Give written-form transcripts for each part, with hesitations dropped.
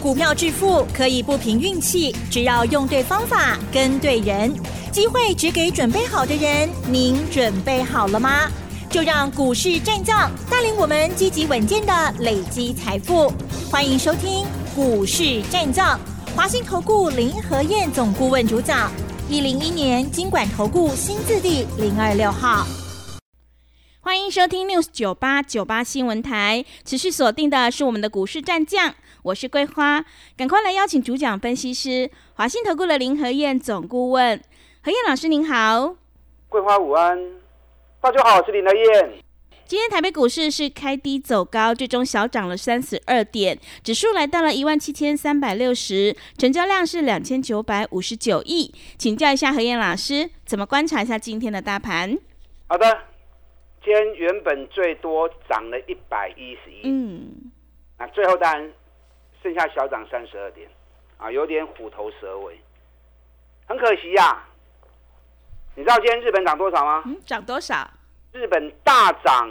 股票致富可以不凭运气，只要用对方法、跟对人。机会只给准备好的人，您准备好了吗？就让股市战将带领我们积极稳健的累积财富。欢迎收听股市战将，华信投顾林和彥总顾问主讲，101年金管投顾新字第026号。 欢迎收听 News 9898新闻台，持续锁定的是我们的股市战将，我是桂花，赶快来邀请主讲分析师华信投顾的林和彥总顾问。和彥老师您好。 桂花午安，大家好，我是林和彥。 今天台北股市是开低走高，最终小涨了32点，指数来到了17360，成交量是2959亿。请教一下和彥老师，怎么观察一下今天的大盘？ 好的，今天原本最多涨了111，那最后当然剩下小涨32点，有点虎头蛇尾，很可惜呀。你知道今天日本涨多少吗？ 涨多少？ 日本大涨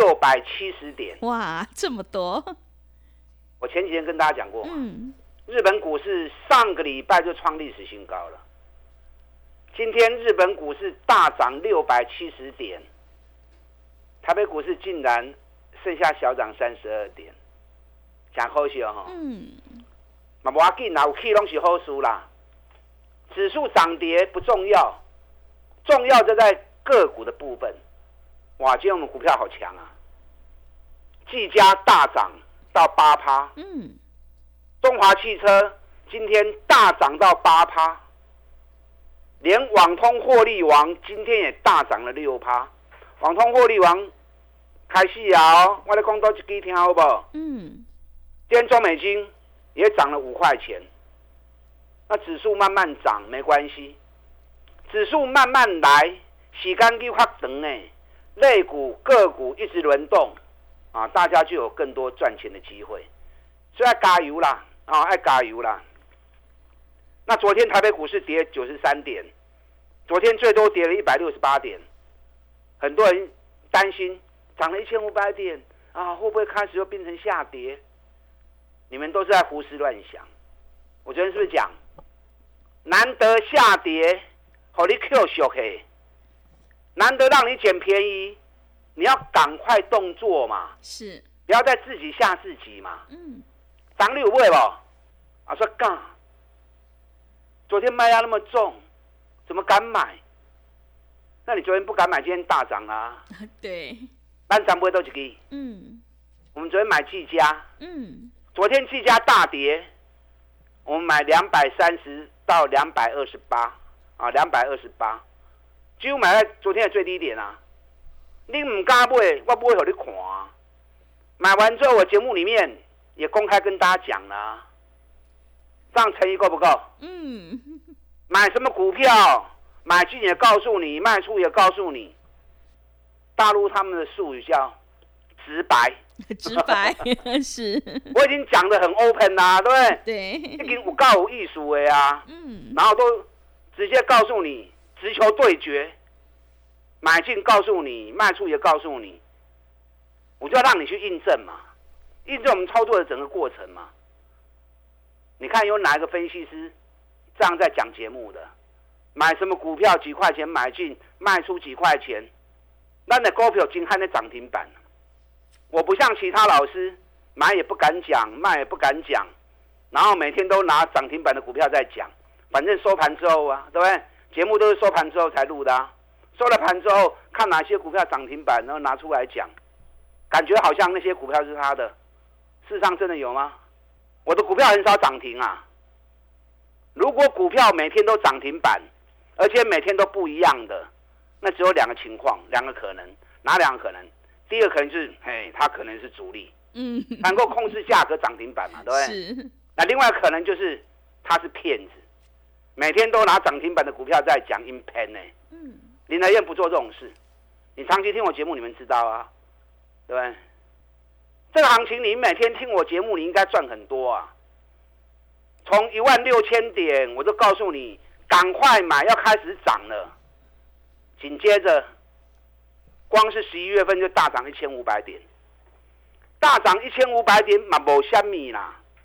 670点。 哇，这么多！ 我前几天跟大家讲过，日本股市上个礼拜就创历史新高了。今天日本股市大涨670点，台北股市竟然剩下小涨32点，真可惜哦。嘛无要紧啦，有起拢是好事啦。指数涨跌不重要，重要就在个股的部分。哇，今天我们股票好强啊！技嘉大涨到8%，中华汽车今天大涨到8%，连网通获利王今天也大涨了6%。网通获利王开始啊！我来讲多一句听好不好？今天中美金也涨了5块钱。那指数慢慢涨没关系，指数慢慢来，时间比较长呢。类股个股一直轮动大家就有更多赚钱的机会，所以要加油啦要加油啦。那昨天台北股市跌93点，昨天最多跌了168点，很多人担心涨了1500点会不会开始又变成下跌？你们都是在胡思乱想。我昨天是不是讲，难得下跌，让你 Q 小黑。难得让你捡便宜，你要赶快动作嘛， 是， 不要再自己吓自己嘛。涨你有买不？说干，昨天卖压那么重，怎么敢买？那你昨天不敢买，今天大涨啦。 对， 咱涨不会都一支。我们昨天买技嘉，昨天技嘉大跌，我们买230到228，228。几乎买在昨天的最低点啊！你不敢买，我不会让你看啊。买完之后，我节目里面也公开跟大家讲了，这样诚意够不够？买什么股票，买进也告诉你，卖出也告诉你。大陆他们的术语叫直白， 直白是。 我已经讲得很 open 啦，对不对？ 对， 已经有够有艺术的啊。然后都直接告诉你。直球对决，买进告诉你，卖出也告诉你，我就要让你去印证嘛，印证我们操作的整个过程嘛。你看有哪一个分析师这样在讲节目的？买什么股票几块钱买进，卖出几块钱，那的股票今天在涨停板。我不像其他老师，买也不敢讲，卖也不敢讲，然后每天都拿涨停板的股票在讲，反正收盘之后对不对？节目都是收盘之后才录的收了盘之后看哪些股票涨停板，然后拿出来讲，感觉好像那些股票是他的，事实上真的有吗？我的股票很少涨停啊。如果股票每天都涨停板，而且每天都不一样的，那只有2个情况，2个可能。哪2个可能？第一个可能就是他可能是主力，能够控制价格涨停板嘛，对不对？是。那另外可能就是他是骗子，每天都拿涨停板的股票在讲 in pen 呢。林和彥不做这种事，你长期听我节目，你们知道啊，对不对？这个行情你每天听我节目，你应该赚很多啊。从16000点，我就告诉你，赶快买，要开始涨了。紧接着，光是11月份就大涨1500点，大涨1500点嘛，没什么啦。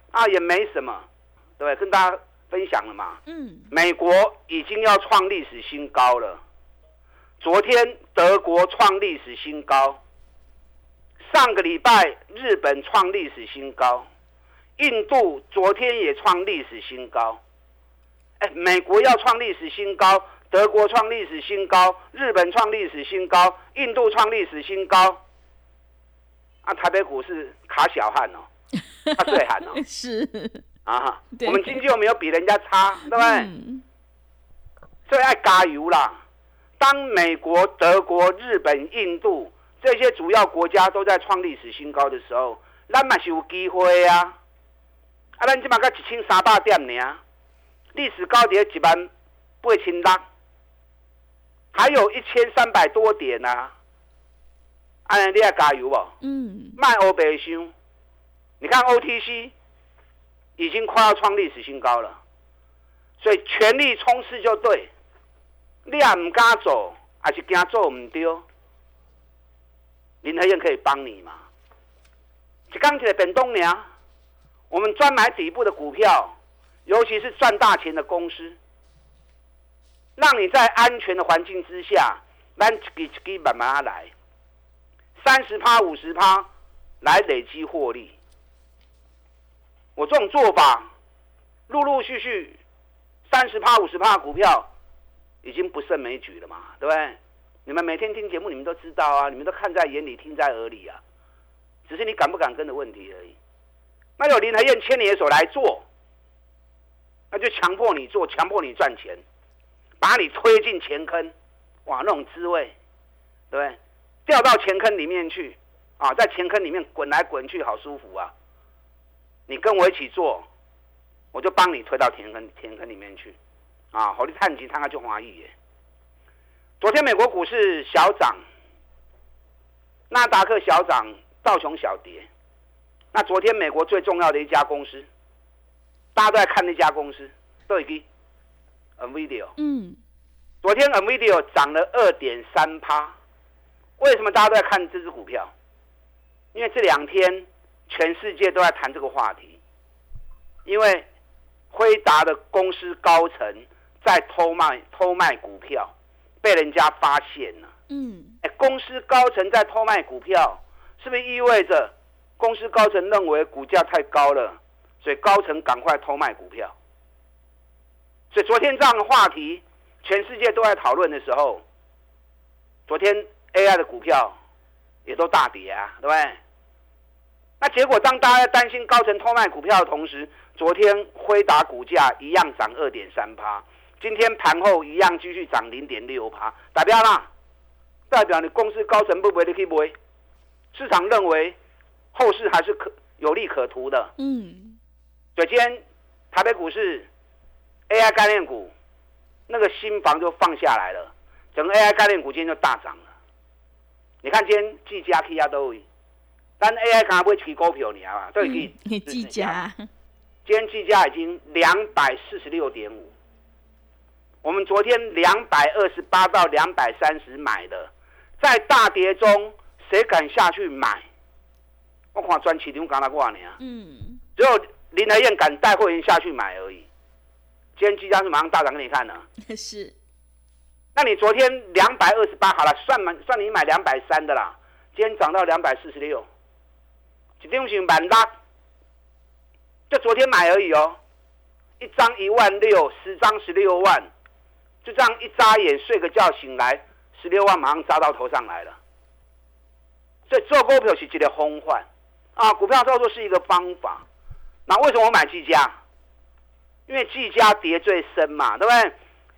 也没什么，对不对？跟大家分享了嘛。美国已经要创历史新高了，昨天德国创历史新高，上个礼拜日本创历史新高，印度昨天也创历史新高。美国要创历史新高，德国创历史新高，日本创历史新高，印度创历史新高。台北股市卡小汉哦，最寒哦。 是我们经济又没有比人家差，对不对？所以要加油啦！当美国、德国、日本、印度这些主要国家都在创历史新高的时候，咱嘛是有机会啊！咱这嘛才1300点尔，历史高点18600，还有1300多点啊！你要加油哦！卖欧白伤，你看 OTC 已经快要创历史新高了，所以全力冲刺就对。你也不敢走，还是怕做不对？林和燕可以帮你嘛？一天一个变动呢？我们专买底部的股票，尤其是赚大钱的公司，让你在安全的环境之下，咱一支慢慢来，30%、50%来累积获利。我这种做法，陆陆续续30%、50%的股票。已经不胜枚举了嘛，对不对？你们每天听节目，你们都知道啊，你们都看在眼里，听在耳里啊，只是你敢不敢跟的问题而已。那有林和燕牵你的手来做，那就强迫你做，强迫你赚钱，把你推进钱坑，哇，那种滋味，对不对？掉到钱坑里面去啊，在钱坑里面滚来滚去，好舒服啊！你跟我一起做，我就帮你推到钱坑里面去。好，你探钱探就欢喜耶。昨天美国股市小涨，纳达克小涨，道琼小跌。那昨天美国最重要的一家公司，大家都在看那家公司，对不 ？NVIDIA。昨天 NVIDIA 涨了2.3%。为什么大家都在看这只股票？因为这2天全世界都在谈这个话题，因为辉达的公司高层在偷卖股票，被人家发现了。公司高层在偷卖股票，是不是意味着公司高层认为股价太高了，所以高层赶快偷卖股票？所以昨天这样的话题，全世界都在讨论的时候，昨天 AI 的股票也都大跌啊，对不对？那结果当大家担心高层偷卖股票的同时，昨天辉达股价一样涨2.3%，今天盘后一样继续涨0.6%，代表你公司高层不买你去买，市场认为后市还是有利可图的。所以今天台北股市 AI 概念股那个新房就放下来了，整个 AI 概念股今天就大涨了。你看今天技嘉 K 都有，但 AI 刚不会起股票你啊嘛，都已经技嘉。 今天技嘉已经246.5，我们昨天228到230买的，在大跌中谁敢下去买？我看专市场刚才过年，只有林和燕敢带会员下去买而已。今天技嘉是马上大涨给你看了， 是。 那你昨天228好了，算你买230的啦，今天涨到246，一张是16000，就昨天买而已哦，一张16000，10张16万，就这样一眨眼睡个觉醒来，16万马上砸到头上来了。所以做股票是一个风范啊，股票操作是一个方法。那为什么我买技嘉？因为技嘉跌最深嘛，对不对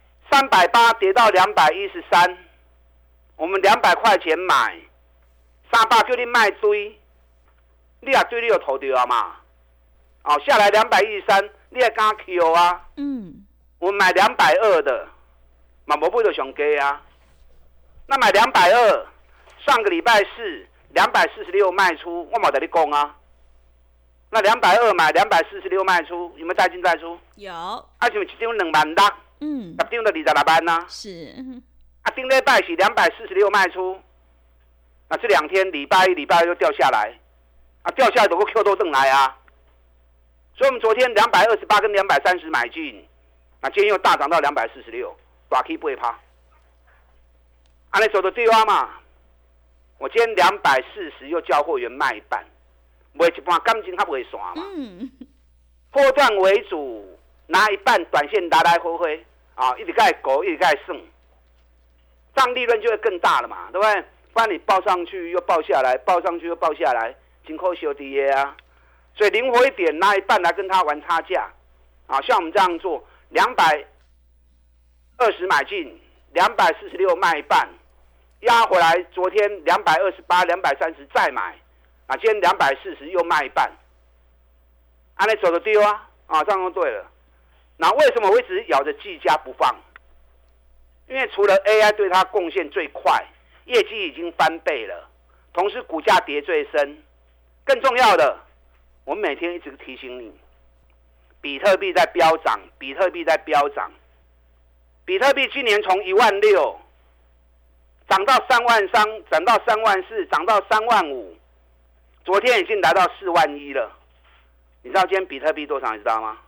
？380跌到213，我们200块钱买，300叫你卖追，你也追你有投掉嘛？下来213，你也敢 Q 啊？我们买220的，嘛无买到上低啊。那买220，上个礼拜四246卖出，我冇跟你讲啊。那220买246卖出，有没有再进再出？ 有。 是不是一张26000？十张就26万呐。 是。 顶礼拜是246卖出，那这2天礼拜一、礼拜二就掉下来，掉下来就给 Q 都回来啊。所以我们昨天228跟230买进，那今天又大涨到246，大 K 8%。按你走的对啊嘛？我今天240又叫货员卖一半，卖一半感情还不会散嘛？波段为主，拿一半短线来来回回啊，一直盖狗，一直盖剩，这样利润就会更大了嘛，对不对？不然你报上去又报下来，报上去又报下来，真可惜的啊！所以灵活一点，拿一半来跟他玩差价啊，像我们这样做，220买进，246卖一半。压回来，昨天228、230再买，啊，今天240又卖一半，按你走的丢啊，这样就对了。那为什么我一直咬着技嘉不放？因为除了 AI 对它贡献最快，业绩已经翻倍了，同时股价跌最深，更重要的，我们每天一直提醒你，比特币在飙涨，比特币在飙涨，比特币今年从16000涨到33000，涨到34000，涨到35000，昨天已经来到41000了。你知道今天比特币多少？你知道吗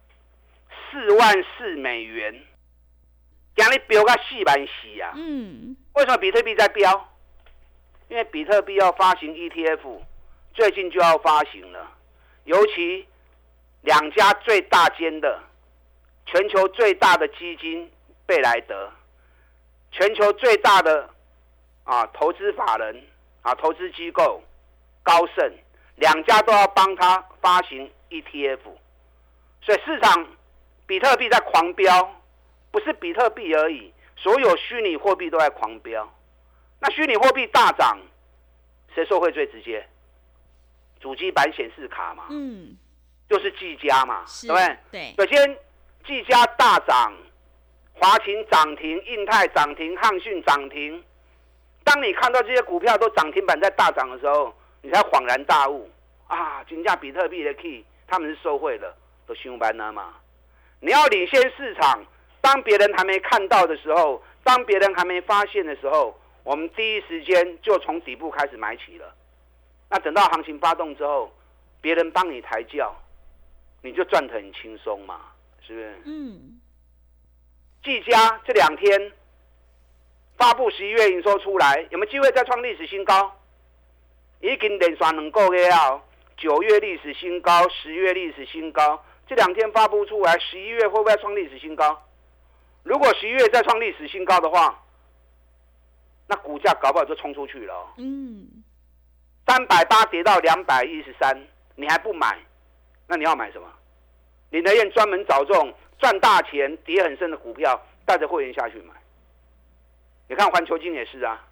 ？44000美元，今天飙到44000啊！为什么比特币在飙？因为比特币要发行 ETF， 最近就要发行了。尤其2家最大间的，全球最大的基金贝莱德。全球最大的投资法人投资机构高盛，2家都要帮他发行 ETF， 所以市场比特币在狂飙，不是比特币而已，所有虚拟货币都在狂飙。那虚拟货币大涨，谁受惠最直接？主机板显示卡嘛，就是技嘉嘛，对不对？ 对。 首先技嘉大涨。华勤涨停，印泰涨停，汉讯涨停。当你看到这些股票都涨停板在大涨的时候，你才恍然大悟啊！金价比特币的 key， 他们是受惠的，都上班了嘛。你要领先市场，当别人还没看到的时候，当别人还没发现的时候，我们第一时间就从底部开始买起了。那等到行情发动之后，别人帮你抬轿，你就赚得很轻松嘛，是不是？技嘉这2天发布11月营收出来，有没有机会再创历史新高？已经连续2个月了，9月历史新高，10月历史新高，这2天发布出来，11月会不会创历史新高？如果11月再创历史新高的话，那股价搞不好就冲出去了。380跌到213，你还不买，那你要买什么？林德燕专门找这种赚大钱、跌很深的股票，带着会员下去买。你看环球金也是啊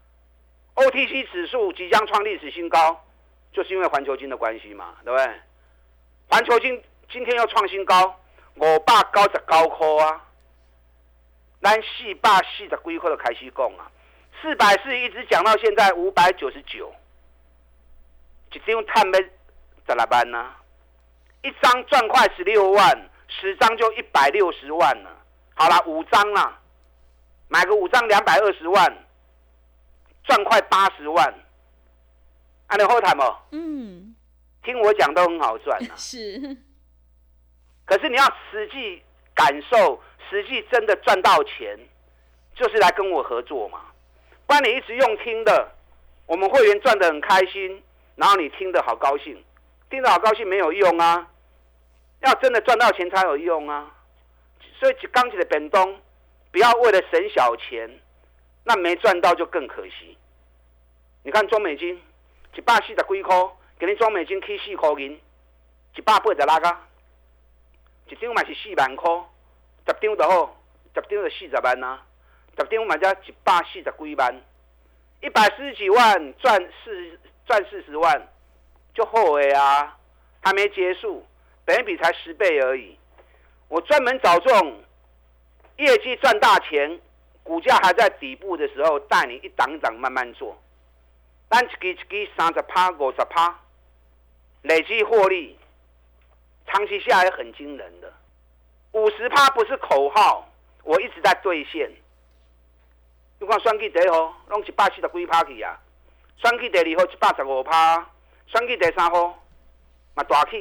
，OTC 指数即将创历史新高，就是因为环球金的关系嘛，对不对？环球金今天又创新高，599块啊，咱440几块就开始讲啊，440一直讲到现在599，一张赚要16万啊，一张赚快16万。10张就160万了，好了，5张啦，买个5张220万，赚快80万，按你后台吗？听我讲都很好赚啊。 是， 可是你要实际感受，实际真的赚到钱，就是来跟我合作嘛。不然你一直用听的，我们会员赚得很开心，然后你听得好高兴，听得好高兴没有用啊。要真的赚到钱才有用啊！所以刚起的变动，不要为了省小钱，那没赚到就更可惜。你看中美金140几块，给你中美金起4块银，186啊，一张嘛是4万块，10张就好，10张就40万啊，10张嘛才140几万，140几万赚40万就好的啊，还没结束。本益比才10倍而已，我专门找这种业绩赚大钱，股价还在底部的时候，带你一档一档慢慢做，咱一支30%、50%，累积获利，长期下来很惊人的。50%不是口号，我一直在兑现。你看选举第一号，拢140几%去啊；选举第2号115%，选举第3号嘛大起。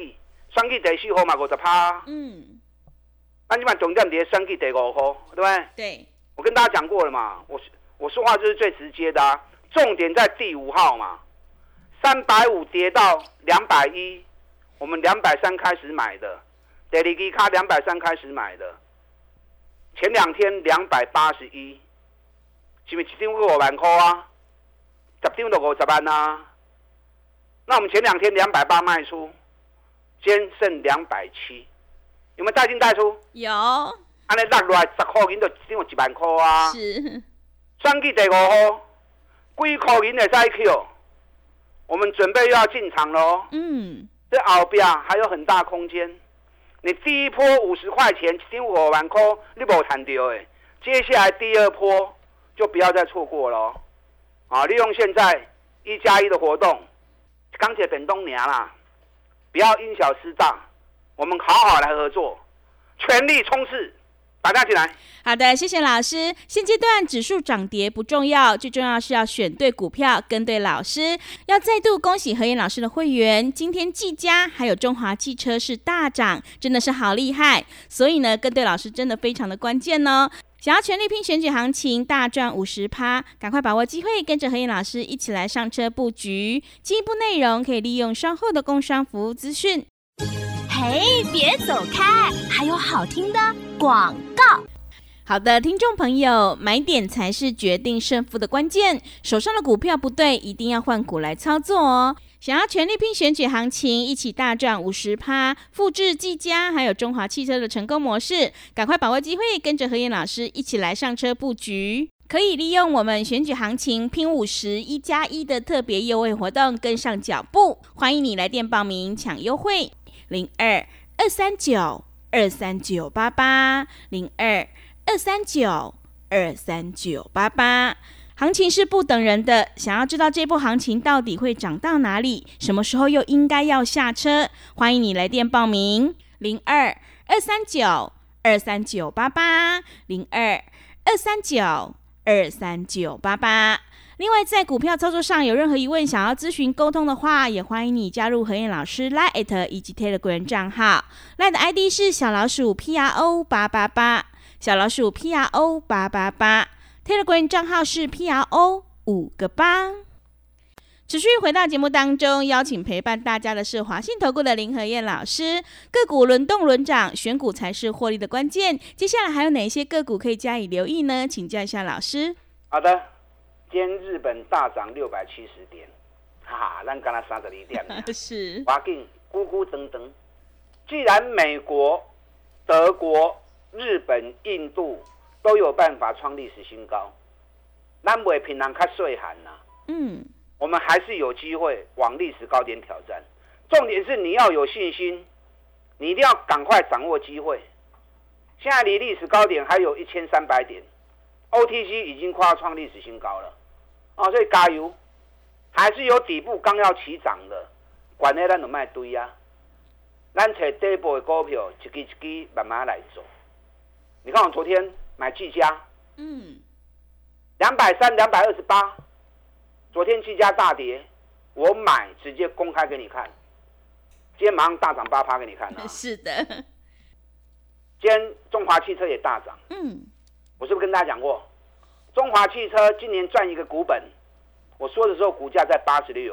选举第4号嘛50%。那你把重点在选举第5号，对不对？ 对。 我跟大家讲过了嘛，我说话就是最直接的啊。重点在第5号嘛，350跌到210，我们230开始买的，第2卡230开始买的，前2天281，是不是一张5万块啊？10张就50万啊。那我们前2天280卖出，今天剩270，有没有带进带出？ 有。 安尼落落来10块银就一张1万块啊。 是。 选举第5号，几块银的再 Q， 我们准备又要进场喽。这后边还有很大空间。你第一波50块钱一张5万块，你没赚到的，接下来第2波就不要再错过了。利用现在1+1的活动，钢铁本东娘啦，不要因小失大，我们好好来合作，全力冲刺。打电话进来。 好的，谢谢老师。现阶段指数涨跌不重要，最重要是要选对股票，跟对老师。要再度恭喜和妍老师的会员，今天技嘉还有中华汽车是大涨，真的是好厉害。所以呢，跟对老师真的非常的关键哦。想要全力拼选举行情，大赚50%，赶快把握机会，跟着和妍老师一起来上车布局。进一步内容可以利用稍后的工商服务资讯。 嘿，别走开，还有好听的广告。 好的，听众朋友，买点才是决定胜负的关键。手上的股票不对，一定要换股来操作哦。想要全力拼选举行情，一起大赚50%，复制技嘉还有中华汽车的成功模式，赶快把握机会，跟着和妍老师一起来上车布局。可以利用我们选举行情拼50 1+1的特别优惠活动，跟上脚步。欢迎你来电报名抢优惠。02-239-23988，02-239-23988。行情是不等人的，想要知道这波行情到底会涨到哪里，什么时候又应该要下车，欢迎你来电报名。02-239-23988，02-239-23988。另外，在股票操作上有任何疑问，想要咨询沟通的话，也欢迎你加入和妍老师 LINE 以及 Telegram 账号。LINE 的 ID 是小老鼠 PRO888， 小老鼠 PRO888。Telegram 账号是 PRO5个8。持续回到节目当中，邀请陪伴大家的是华信投顾的林和燕老师。个股轮动轮涨，选股才是获利的关键。接下来还有哪些个股可以加以留意呢？请教一下老师。 好的，今天日本大涨670点，咱刚才32点是。 华紧咕咕等等。既然美国、德国、日本、印度都有办法创历史新高，咱袂平常较细汉呐。我们还是有机会往历史高点挑战。重点是你要有信心，你一定要赶快掌握机会。现在离历史高点还有1300点 ，OTC 已经快要创历史新高了，所以加油，还是有底部刚要起涨的，管内咱就卖堆啊。咱找底部的股票，一支一支慢慢来做。你看我昨天买技嘉，230、228。昨天技嘉大跌，我买直接公开给你看，今天马上大涨8%给你看啊！ 是的， 今天中华汽车也大涨。我是不是跟大家讲过，中华汽车今年赚一个股本？我说的时候股价在86，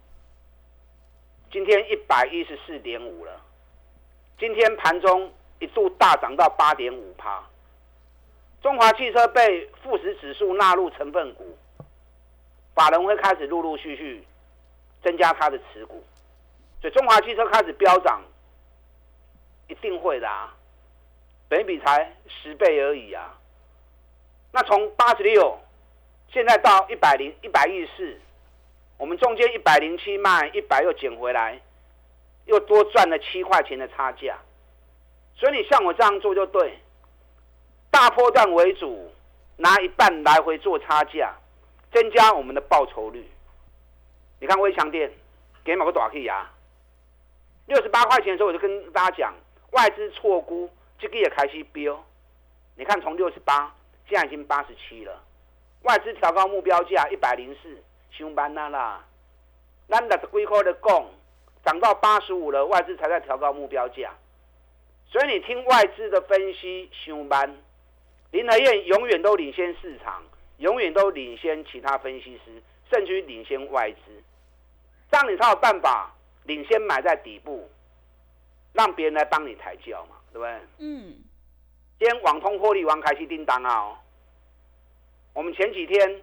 今天114.5了。今天盘中一度大涨到8.5%。中华汽车被富时指数纳入成分股。法人会开始陆陆续续增加它的持股，所以中华汽车开始飙涨，一定会的啊，本益比才10倍而已啊。那从86现在到110、114，我们中间107卖100又捡回来，又多赚了7块钱的差价。所以你像我这样做就对，大波段为主，拿一半来回做差价。增加我们的报酬率。你看威强电给某个大气啊，68块钱的时候我就跟大家讲，外资错估，这个也开始飙。你看从68，现在已经87了，外资调高目标价104，伤慢啦。咱60几块的讲， 涨到85了，外资才在调高目标价。所以你听外资的分析太慢，林和彥永远都领先市场，永远都领先其他分析师，甚至于领先外资。这样你才有办法领先买在底部，让别人来帮你抬轿嘛，对不对？今天网通获利王开始叮当啊！我们前几天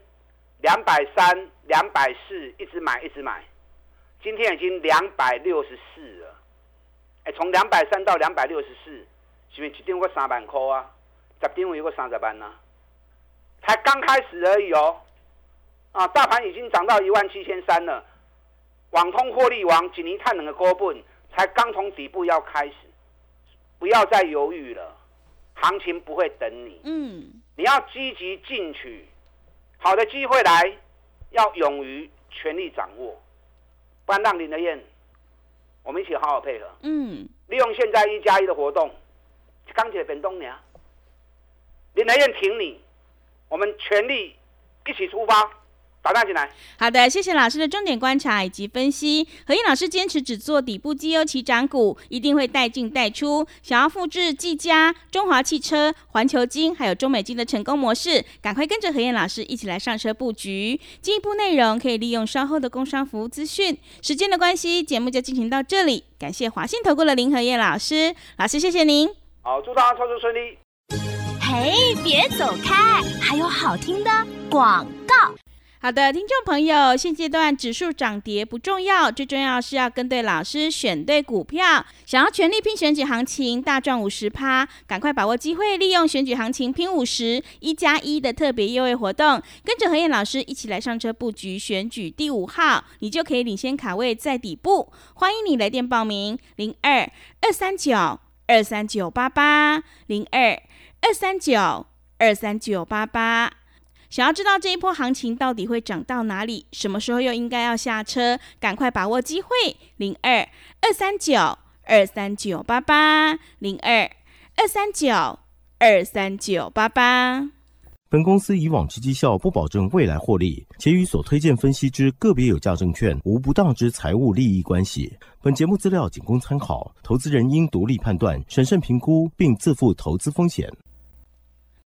230、240一直买，今天已经264了。从230到264，是不是一张有3万块啊？10张有个30万啊？才刚开始而已哦。大盘已经涨到17300了。网通获利王一年赚2个股本，才刚从底部要开始，不要再犹豫了，行情不会等你。你要积极进取，好的机会来，要勇于全力掌握，不然让林和彥，我们一起好好配合。利用现在1+1的活动，刚起来变动呢，林和彥挺你，我们全力一起出发。打蛋进来。 好的，谢谢老师的重点观察以及分析。和彥老师坚持只做底部绩优起涨股，一定会带进带出。想要复制技嘉、中华汽车、环球金还有中美金的成功模式，赶快跟着和彥老师一起来上车布局。进一步内容可以利用稍后的工商服务资讯。时间的关系，节目就进行到这里。感谢华信投顾的林和彥老师，老师谢谢您。 好，祝大家操作顺利。 嘿，别走开，还有好听的广告。 好的，听众朋友，现阶段指数涨跌不重要，最重要是要跟对老师，选对股票。想要全力拼选举行情，大赚50%，赶快把握机会，利用选举行情拼50 1+1的特别优惠活动，跟着和彥老师一起来上车布局选举第5号，你就可以领先卡位在底部。欢迎你来电报名02-239-23988 02-239-23988。想要知道这一波行情到底会涨到哪里，什么时候又应该要下车，赶快把握机会。02-239-23988 02-239-23988。 本公司以往之绩效不保证未来获利，且与所推荐分析之个别有价证券无不当之财务利益关系。本节目资料仅供参考，投资人应独立判断、审慎评估，并自负投资风险。